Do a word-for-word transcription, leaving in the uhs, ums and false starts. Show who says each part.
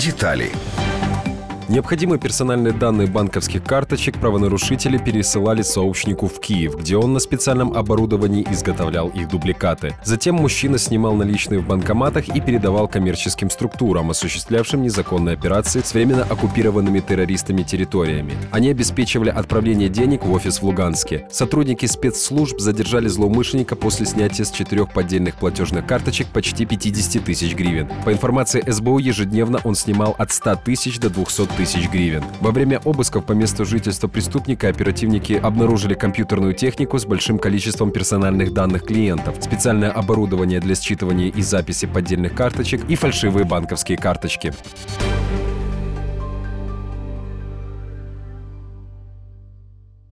Speaker 1: Детали.
Speaker 2: Необходимые персональные данные банковских карточек правонарушители пересылали сообщнику в Киев, где он на специальном оборудовании изготовлял их дубликаты. Затем мужчина снимал наличные в банкоматах и передавал коммерческим структурам, осуществлявшим незаконные операции с временно оккупированными террористами территориями. Они обеспечивали отправление денег в офис в Луганске. Сотрудники спецслужб задержали злоумышленника после снятия с четырех поддельных платежных карточек почти пятьдесят тысяч гривен. По информации эс бэ о, ежедневно он снимал от ста тысяч до двухсот тысяч гривен. Во время обысков по месту жительства преступника оперативники обнаружили компьютерную технику с большим количеством персональных данных клиентов, специальное оборудование для считывания и записи поддельных карточек и фальшивые банковские карточки.